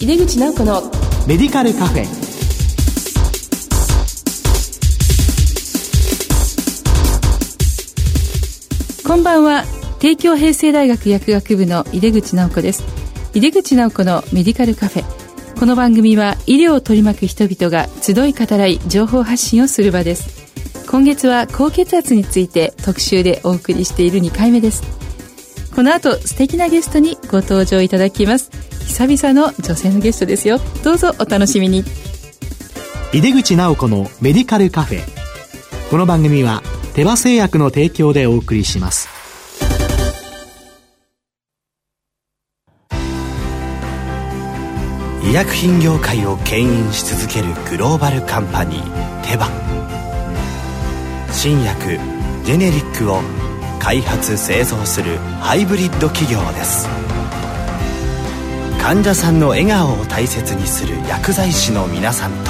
井出口直子のメディカルカフェ。 こんばんは。帝京平成大学薬学部の井出口直子です。井出口直子のメディカルカフェ。この番組は医療を取り巻く人々が集い語らい情報発信をする場です。今月は高血圧について特集でお送りしている2回目です。この後素敵なゲストにご登場いただきます。久々の女性のゲストですよ。どうぞお楽しみに。 井出口直子のメディカルカフェ。この番組は手羽製薬の提供でお送りします。 医薬品業界を牽引し続けるグローバルカンパニーテバ。新薬ジェネリックを開発製造するハイブリッド企業です。患者さんの笑顔を大切にする薬剤師の皆さんと、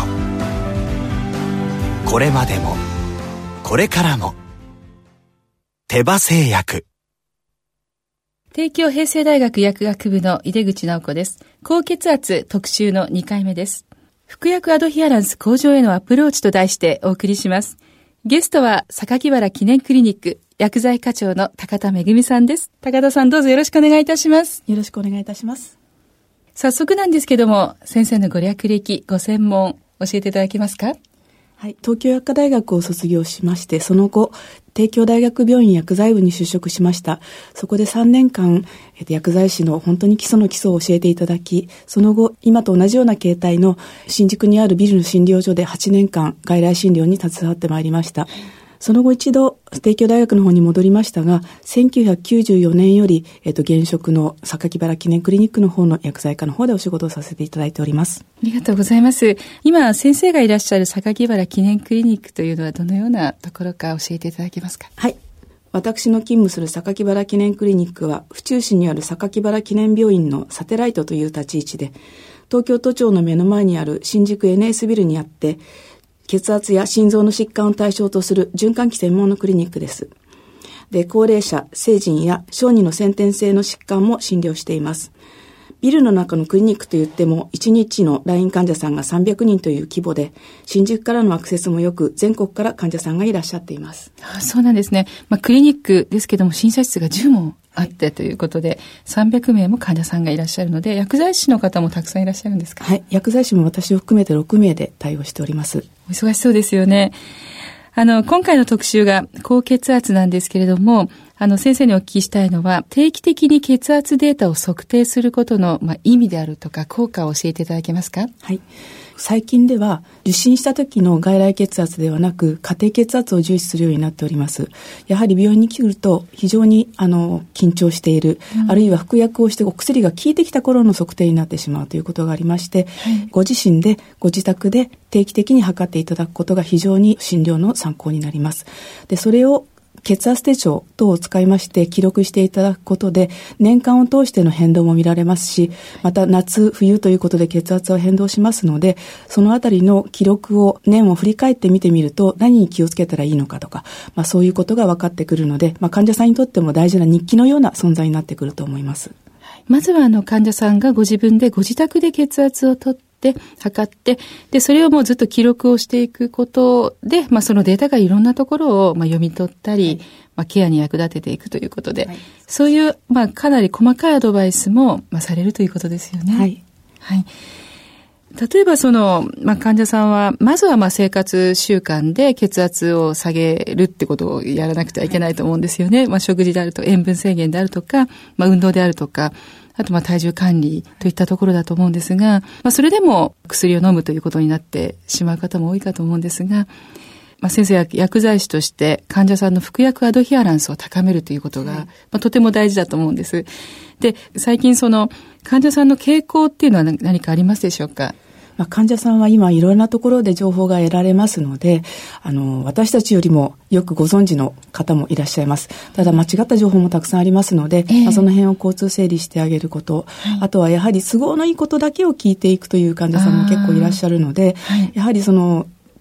これまでもこれからも手羽製薬。 帝京平成大学薬学部の井出口直子です。高血圧特集の2回目です。服薬アドヒアランス向上へのアプローチと題してお送りします。ゲストは榊原記念クリニック薬剤課長の高田めぐみさんです。高田さん、どうぞよろしくお願いいたします。 よろしくお願いいたします。 早速なんですけども、先生のご略歴、ご専門教えていただけますか？ はい、東京薬科大学を卒業しまして、その後帝京大学病院薬剤部に就職しました。そこで3年間、薬剤師の本当に基礎の基礎を教えていただき、その後今と同じような形態の新宿にあるビルの診療所で8年間外来診療に携わってまいりました。その後一度帝京大学の方に戻りましたが、1994年より、現職の榊原記念クリニックの方の薬剤科の方でお仕事をさせていただいております。 ありがとうございます。今先生がいらっしゃる榊原記念クリニックというのはどのようなところか教えていただけますか？ はい。私の勤務する榊原記念クリニックは府中市にある榊原記念病院のサテライトという立ち位置で、東京都庁の目の前にある新宿 NS ビルにあって、血圧や心臓の疾患を対象とする循環器専門のクリニックです。で、高齢者、成人や小児の先天性の疾患も診療しています。ビルの中のクリニックといっても、1日の来院患者さんが300人という規模で、新宿からのアクセスもよく、全国から患者さんがいらっしゃっています。 そうなんですね。クリニックですけども、診察室が10もあってということで、300名も患者さんがいらっしゃるので、薬剤師の方もたくさんいらっしゃるんですか？ はい、薬剤師も私を含めて6名で対応しております。 お忙しそうですよね。今回の特集が高血圧なんですけれども、先生にお聞きしたいのは、定期的に血圧データを測定することの、意味であるとか効果を教えていただけますか？はい。 最近では受診した時の外来血圧ではなく家庭血圧を重視するようになっております。やはり病院に来ると非常に緊張している、あるいは服薬をしてお薬が効いてきた頃の測定になってしまうということがありまして、ご自身でご自宅で定期的に測っていただくことが非常に診療の参考になります。で、それを血圧手帳等を使いまして記録していただくことで年間を通しての変動も見られますし、また夏冬ということで血圧は変動しますので、そのあたりの記録を年を振り返って見てみると何に気をつけたらいいのかとか、そういうことが分かってくるので、患者さんにとっても大事な日記のような存在になってくると思います。 まずは患者さんがご自分でご自宅で血圧を取って測って、でそれをもうずっと記録をしていくことで、そのデータがいろんなところを読み取ったり、ケアに役立てていくということで、そういうかなり細かいアドバイスもされるということですよね。はい、はい。例えば患者さんはまずは生活習慣で血圧を下げるってことをやらなくてはいけないと思うんですよね。食事であると塩分制限であるとか、運動であるとか、あと体重管理といったところだと思うんですが、それでも薬を飲むということになってしまう方も多いかと思うんですが、先生は薬剤師として患者さんの服薬アドヒアランスを高めるということが、とても大事だと思うんです。で、最近患者さんの傾向っていうのは何かありますでしょうか？ 患者さんは今いろんなところで情報が得られますので、私たちよりもよくご存知の方もいらっしゃいます。ただ間違った情報もたくさんありますので、その辺を交通整理してあげること、あとはやはり都合のいいことだけを聞いていくという患者さんも結構いらっしゃるので、やはり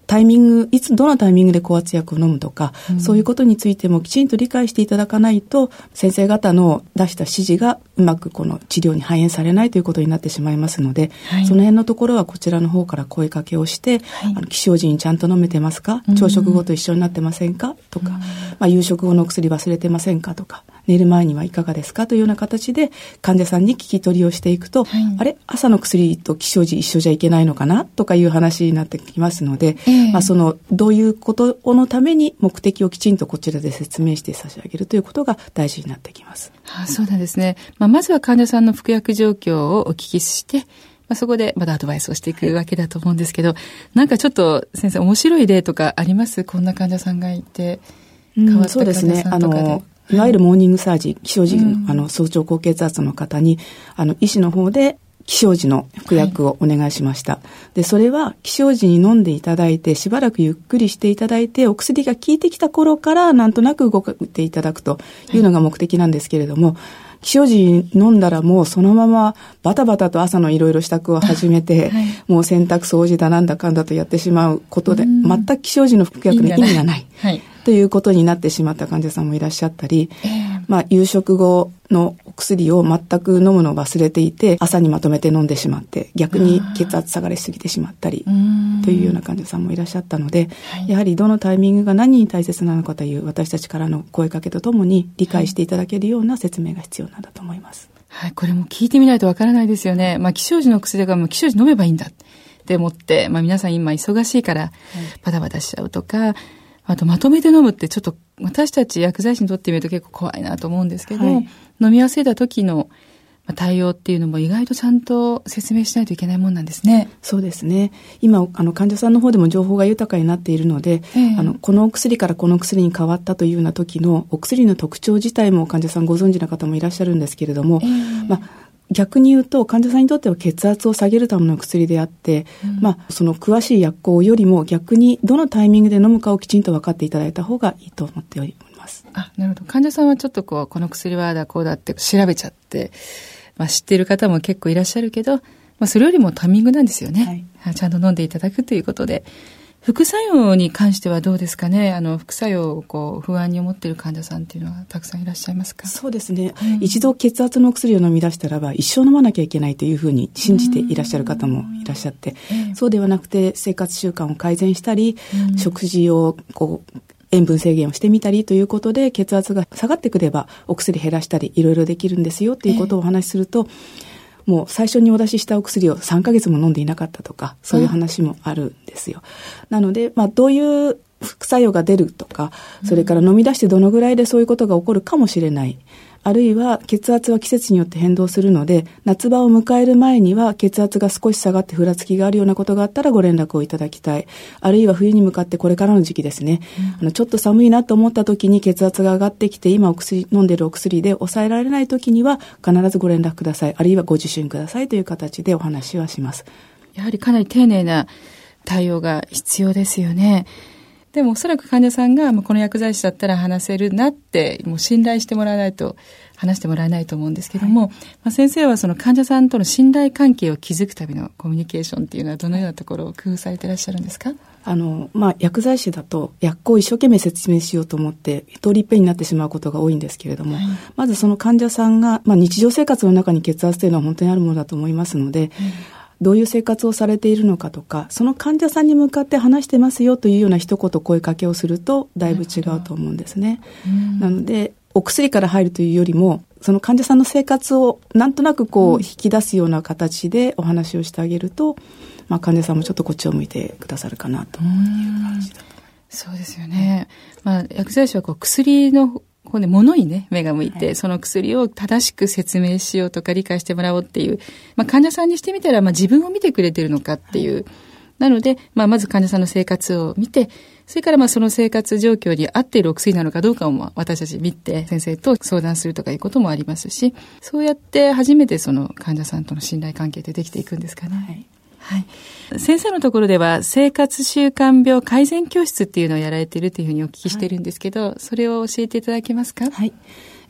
タイミング、どのタイミングで降圧薬を飲むとか、そういうことについてもきちんと理解していただかないと、先生方の出した指示がうまくこの治療に反映されないということになってしまいますので、その辺のところはこちらの方から声かけをして、起床時にちゃんと飲めてますか、朝食後と一緒になってませんかとか、夕食後のお薬忘れてませんかとか、寝る前にはいかがですかというような形で患者さんに聞き取りをしていくと、あれ、朝の薬と起床時一緒じゃいけないのかなとかいう話になってきますので、どういうことのために目的をきちんとこちらで説明して差し上げるということが大事になってきます。 そうなんですね。まずは患者さんの服薬状況をお聞きして、そこでまだアドバイスをしていくわけだと思うんですけど、なんかちょっと先生面白い例とかあります？こんな患者さんがいて変わった患者さんとかで。 いわゆるモーニングサージ、起床時、早朝高血圧の方に、医師の方で起床時の服薬をお願いしました。で、それは起床時に飲んでいただいて、しばらくゆっくりしていただいて、お薬が効いてきた頃からなんとなく動かていただくというのが目的なんですけれども、起床時に飲んだらもうそのままバタバタと朝のいろいろ支度を始めて、もう洗濯掃除だなんだかんだとやってしまうことで、全く起床時の服薬に意味がない。ということになってしまった患者さんもいらっしゃったり、夕食後のお薬を全く飲むのを忘れていて、朝にまとめて飲んでしまって、逆に血圧下がりすぎてしまったり、というような患者さんもいらっしゃったので、やはりどのタイミングが何に大切なのかという私たちからの声かけとともに理解していただけるような説明が必要なんだと思います。 これも聞いてみないとわからないですよね。起床時の薬が起床時飲めばいいんだって思って、皆さん今忙しいからバタバタしちゃうとか、あとまとめて飲むってちょっと私たち薬剤師にとってみると結構怖いなと思うんですけど、飲み忘れた時の対応っていうのも意外とちゃんと説明しないといけないもんなんですね。 そうですね。今患者さんの方でも情報が豊かになっているので、このお薬からこの薬に変わったというような時のお薬の特徴自体も患者さんご存知の方もいらっしゃるんですけれども、逆に言うと患者さんにとっては血圧を下げるための薬であって、その詳しい薬効よりも逆にどのタイミングで飲むかをきちんと分かっていただいた方がいいと思っております。 なるほど。患者さんはちょっとこの薬はだこうだって調べちゃって、知っている方も結構いらっしゃるけど、それよりもタイミングなんですよね。ちゃんと飲んでいただくということで。副作用に関してはどうですかね。副作用を不安に思っている患者さんっていうのはたくさんいらっしゃいますか？ そうですね。一度血圧のお薬を飲み出したらば一生飲まなきゃいけないというふうに信じていらっしゃる方もいらっしゃって、そうではなくて生活習慣を改善したり、食事を塩分制限をしてみたりということで血圧が下がってくればお薬減らしたりいろいろできるんですよということをお話しすると、もう最初にお出ししたお薬を3ヶ月も飲んでいなかったとか、そういう話もあるんですよ。なので、どういう副作用が出るとか、それから飲み出してどのぐらいでそういうことが起こるかもしれない。あるいは血圧は季節によって変動するので、夏場を迎える前には血圧が少し下がってふらつきがあるようなことがあったらご連絡をいただきたい。あるいは冬に向かってこれからの時期ですね。ちょっと寒いなと思った時に血圧が上がってきて、今飲んでるお薬で抑えられない時には必ずご連絡ください。あるいはご受診くださいという形でお話はします。 やはりかなり丁寧な対応が必要ですよね。でもおそらく患者さんがこの薬剤師だったら話せるなってもう信頼してもらわないと話してもらえないと思うんですけども、先生はその患者さんとの信頼関係を築くためのコミュニケーションっていうのはどのようなところを工夫されていらっしゃるんですか？ 薬剤師だと薬効を一生懸命説明しようと思って一人一遍になってしまうことが多いんですけれども、まずその患者さんが、日常生活の中に血圧というのは本当にあるものだと思いますので、どういう生活をされているのかとか、その患者さんに向かって話してますよというような一言声かけをするとだいぶ違うと思うんですね。なのでお薬から入るというよりも、その患者さんの生活をなんとなく引き出すような形でお話をしてあげると、患者さんもちょっとこっちを向いてくださるかなという感じだと思います。 そうですよね。薬剤師は薬のものにね、目が向いて、その薬を正しく説明しようとか理解してもらおうっていう、患者さんにしてみたら、自分を見てくれてるのかっていう。なので、まず患者さんの生活を見て、それからその生活状況に合っているお薬なのかどうかを私たち見て、先生と相談するとかいうこともありますし、そうやって初めてその患者さんとの信頼関係ってできていくんですかね。先生のところでは生活習慣病改善教室っていうのをやられているというふうにお聞きしているんですけど、それを教えていただけますか？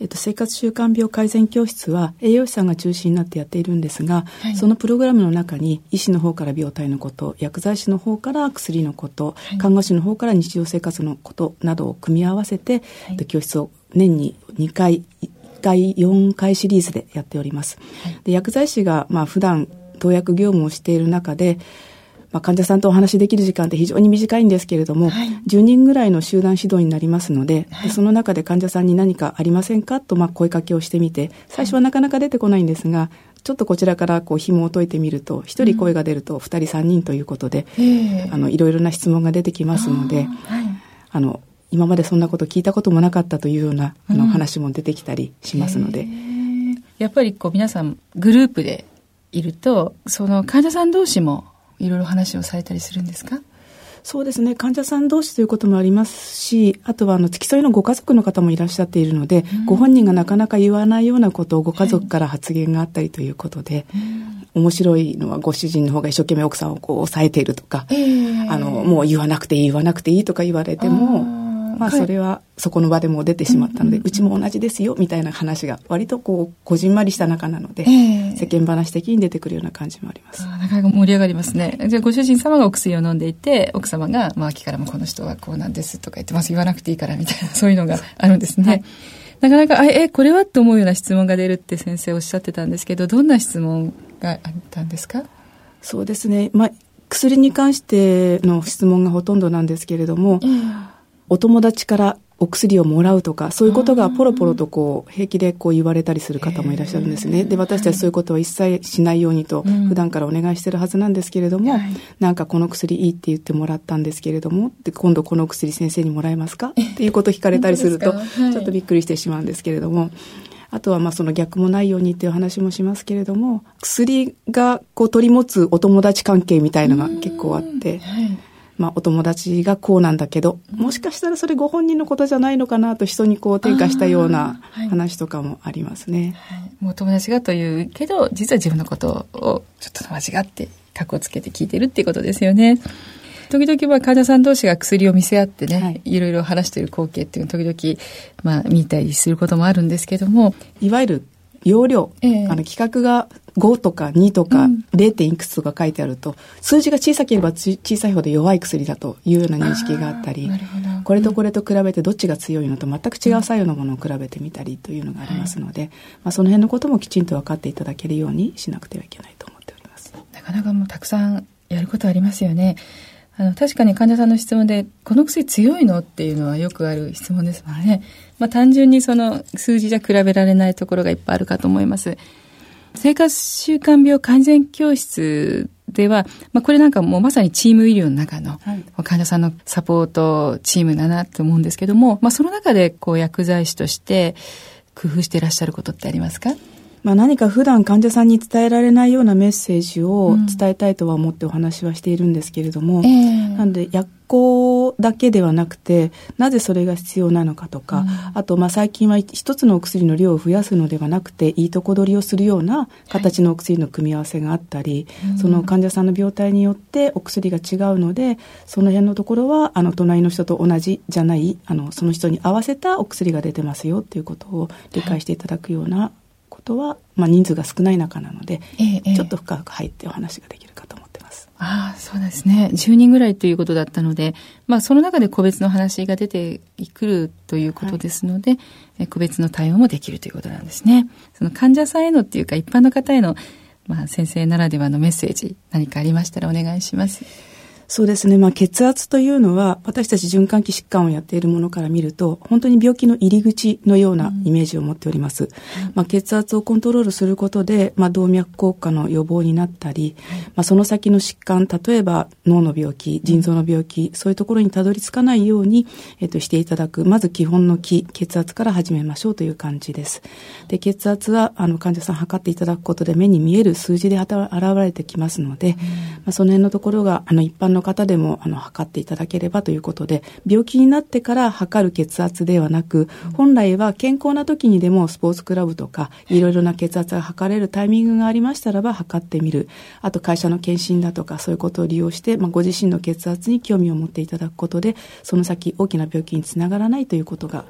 生活習慣病改善教室は栄養士さんが中心になってやっているんですが、そのプログラムの中に医師の方から病態のこと、薬剤師の方から薬のこと、看護師の方から日常生活のことなどを組み合わせて、教室を年に2回、1回4回シリーズでやっております。で、薬剤師が普段投薬業務をしている中で、患者さんとお話しできる時間って非常に短いんですけれども、10人ぐらいの集団指導になりますので、その中で患者さんに何かありませんかと声かけをしてみて、最初はなかなか出てこないんですが、ちょっとこちらから紐を解いてみると、1人声が出ると2人3人ということで、いろいろな質問が出てきますので、今までそんなこと聞いたこともなかったというような話も出てきたりしますので、 やっぱり皆さんグループでいると、その患者さん同士もいろいろ話をされたりするんですか？ そうですね。患者さん同士ということもありますし、あとは付き添いのご家族の方もいらっしゃっているので、ご本人がなかなか言わないようなことをご家族から発言があったりということで、面白いのはご主人の方が一生懸命奥さんを抑えているとか、もう言わなくていいとか言われても、それはそこの場でも出てしまったので、うちも同じですよみたいな話が割とこじんまりした中なので、世間話的に出てくるような感じもあります。 なかなか盛り上がりますね。じゃあご主人様がお薬を飲んでいて、奥様が秋からもこの人はこうなんですとか言ってます、言わなくていいからみたいな、そういうのがあるんですね。なかなかこれはって思うような質問が出るって先生おっしゃってたんですけど、どんな質問があったんですか？ そうですね、薬に関しての質問がほとんどなんですけれども、お友達からお薬をもらうとか、そういうことがポロポロと平気で言われたりする方もいらっしゃるんですね。で、私たちそういうことは一切しないようにと普段からお願いしてるはずなんですけれども、なんかこの薬いいって言ってもらったんですけれども、で今度この薬先生にもらえますかっていうことを聞かれたりするとちょっとびっくりしてしまうんですけれども、あとはその逆もないようにっていう話もしますけれども、薬が取り持つお友達関係みたいのが結構あって、お友達がこうなんだけど、もしかしたらそれご本人のことじゃないのかなと人に転嫁したような話とかもありますね。 もう友達がというけど、実は自分のことをちょっと間違ってカッコつけて聞いてるっていうことですよね。時々患者さん同士が薬を見せ合ってね、いろいろ話している光景っていうのを時々見たりすることもあるんですけども、 いわゆる容量、規格が5とか2とか 0. いくつとか書いてあると、数字が小さければ小さいほど弱い薬だというような認識があったり、これとこれと比べてどっちが強いのと全く違う作用のものを比べてみたりというのがありますので、その辺のこともきちんと分かっていただけるようにしなくてはいけないと思っております。 なかなかもうたくさんやることありますよね。確かに患者さんの質問で、この薬強いのっていうのはよくある質問ですもんね。単純にその数字じゃ比べられないところがいっぱいあるかと思います。生活習慣病改善教室では、これなんかもうまさにチーム医療の中の患者さんのサポートチームだなと思うんですけども、その中で薬剤師として工夫していらっしゃることってありますか？ 何か普段患者さんに伝えられないようなメッセージを伝えたいとは思ってお話はしているんですけれども、なので薬効だけではなくて、なぜそれが必要なのかとか、あと最近は一つのお薬の量を増やすのではなくて、いいとこ取りをするような形のお薬の組み合わせがあったり、その患者さんの病態によってお薬が違うので、その辺のところは隣の人と同じじゃない、その人に合わせたお薬が出てますよということを理解していただくようなことは、人数が少ない中なので、ちょっと深く入ってお話ができるかと思ってます。 そうですね。10人ぐらいということだったので、その中で個別の話が出てくるということですので、個別の対応もできるということなんですね。その患者さんへのっていうか一般の方への、先生ならではのメッセージ何かありましたらお願いします。 そうですね。血圧というのは私たち循環器疾患をやっているものから見ると本当に病気の入り口のようなイメージを持っております。血圧をコントロールすることで、動脈硬化の予防になったり、その先の疾患、例えば脳の病気、腎臓の病気、そういうところにたどり着かないように、していただく、まず基本の血圧から始めましょうという感じです。で、血圧は患者さん測っていただくことで目に見える数字で現れてきますので、その辺のところが一般の方でも測っていただければということで、病気になってから測る血圧ではなく、本来は健康な時にでもスポーツクラブとかいろいろな血圧が測れるタイミングがありましたらば測ってみる。あと会社の検診だとかそういうことを利用して、ご自身の血圧に興味を持っていただくことで、その先大きな病気につながらないということが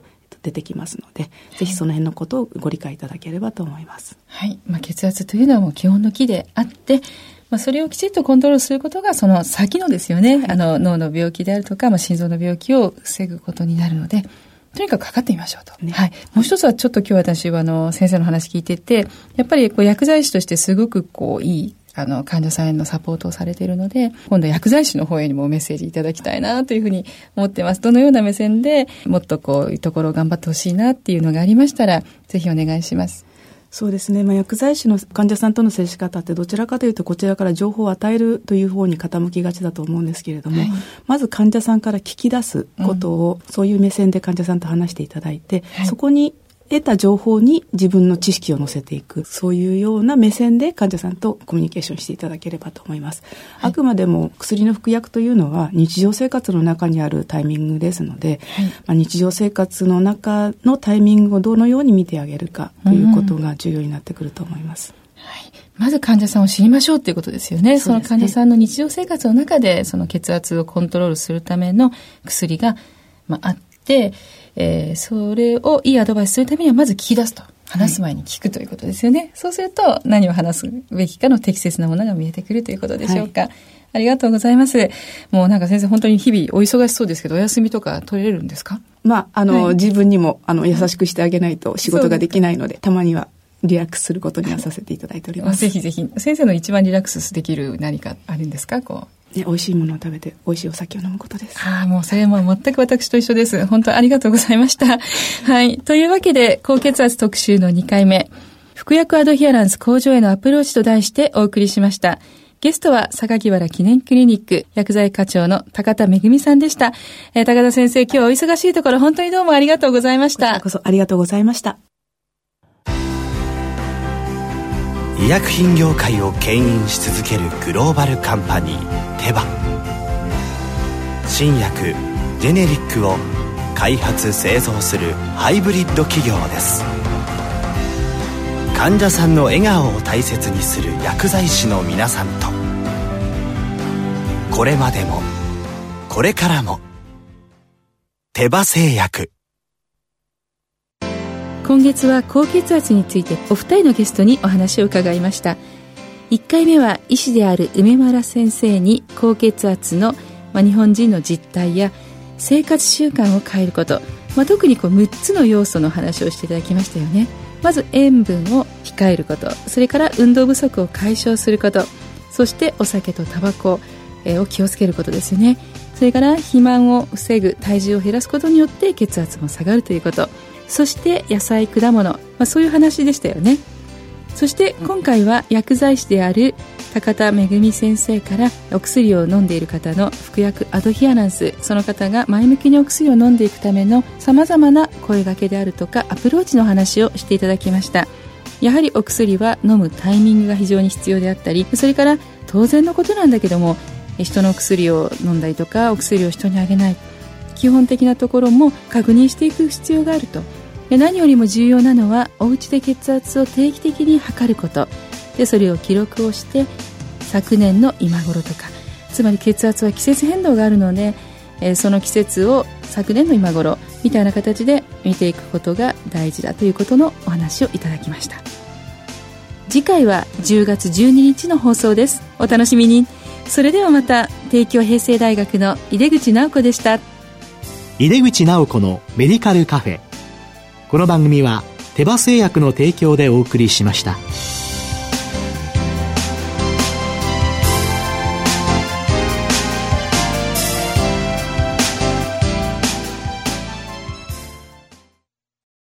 出てきますので、ぜひその辺のことをご理解いただければと思います。 はい。血圧というのはもう基本の木であって、それをきちっとコントロールすることがその先のですよね、脳の病気であるとか、心臓の病気を防ぐことになるので、とにかくかかってみましょうと。はい。もう一つはちょっと今日私は先生の話聞いてて、やっぱり薬剤師としてすごくいい患者さんへのサポートをされているので、今度薬剤師の方へにもメッセージいただきたいなというふうに思ってます。どのような目線でもっとこういうところを頑張ってほしいなっていうのがありましたら、ぜひお願いします。 そうですね。薬剤師の患者さんとの接し方ってどちらかというとこちらから情報を与えるという方に傾きがちだと思うんですけれども、まず患者さんから聞き出すことを、そういう目線で患者さんと話していただいて、そこに得た情報に自分の知識を乗せていく、そういうような目線で患者さんとコミュニケーションしていただければと思います。あくまでも薬の服薬というのは日常生活の中にあるタイミングですので、日常生活の中のタイミングをどのように見てあげるかということが重要になってくると思います。 まず患者さんを知りましょうということですよね。その患者さんの日常生活の中でその血圧をコントロールするための薬が、あって、それをいいアドバイスするためにはまず聞き出すと。話す前に聞くということですよね。そうすると何を話すべきかの適切なものが見えてくるということでしょうか。ありがとうございます。もう先生本当に日々お忙しそうですけど、お休みとか取れるんですか？ 自分にも優しくしてあげないと仕事ができないので、たまにはリラックスすることにはさせていただいております。 ぜひぜひ。先生の一番リラックスできる何かあるんですか？ 美味しいものを食べて美味しいお酒を飲むことです。 もうそれも全く私と一緒です。本当ありがとうございました。はい。というわけで、高血圧特集の2回目、服薬アドヒアランス向上へのアプローチと題してお送りしました。ゲストは榊原記念クリニック薬剤課長の高田恵さんでした。高田先生、今日はお忙しいところ本当にどうもありがとうございました。 こちらこそありがとうございました。 医薬品業界を牽引し続けるグローバルカンパニーテバ、新薬ジェネリックを開発製造するハイブリッド企業です。患者さんの笑顔を大切にする薬剤師の皆さんと、これまでもこれからもテバ製薬。 今月は高血圧についてお二人のゲストにお話を伺いました。1回目は医師である梅村先生に高血圧の、日本人の実態や生活習慣を変えること、特に6つの要素の話をしていただきましたよね。まず塩分を控えること、それから運動不足を解消すること、そしてお酒とタバコを気をつけることですよね。それから肥満を防ぐ、体重を減らすことによって血圧も下がるということ、そして野菜果物、そういう話でしたよね。そして今回は薬剤師である高田恵先生からお薬を飲んでいる方の服薬アドヒアランス、その方が前向きにお薬を飲んでいくためのさまざまな声掛けであるとかアプローチの話をしていただきました。やはりお薬は飲むタイミングが非常に必要であったり、それから当然のことなんだけども、人のお薬を飲んだりとかお薬を人にあげない、基本的なところも確認していく必要があると。何よりも重要なのはお家で血圧を定期的に測ることで、それを記録をして昨年の今頃とか、つまり血圧は季節変動があるので、その季節を昨年の今頃みたいな形で見ていくことが大事だということのお話をいただきました。次回は10月12日の放送です。お楽しみに。それではまた。帝京平成大学の井出口直子でした。 井出口直子のメディカルカフェ。この番組はテバ製薬の提供でお送りしました。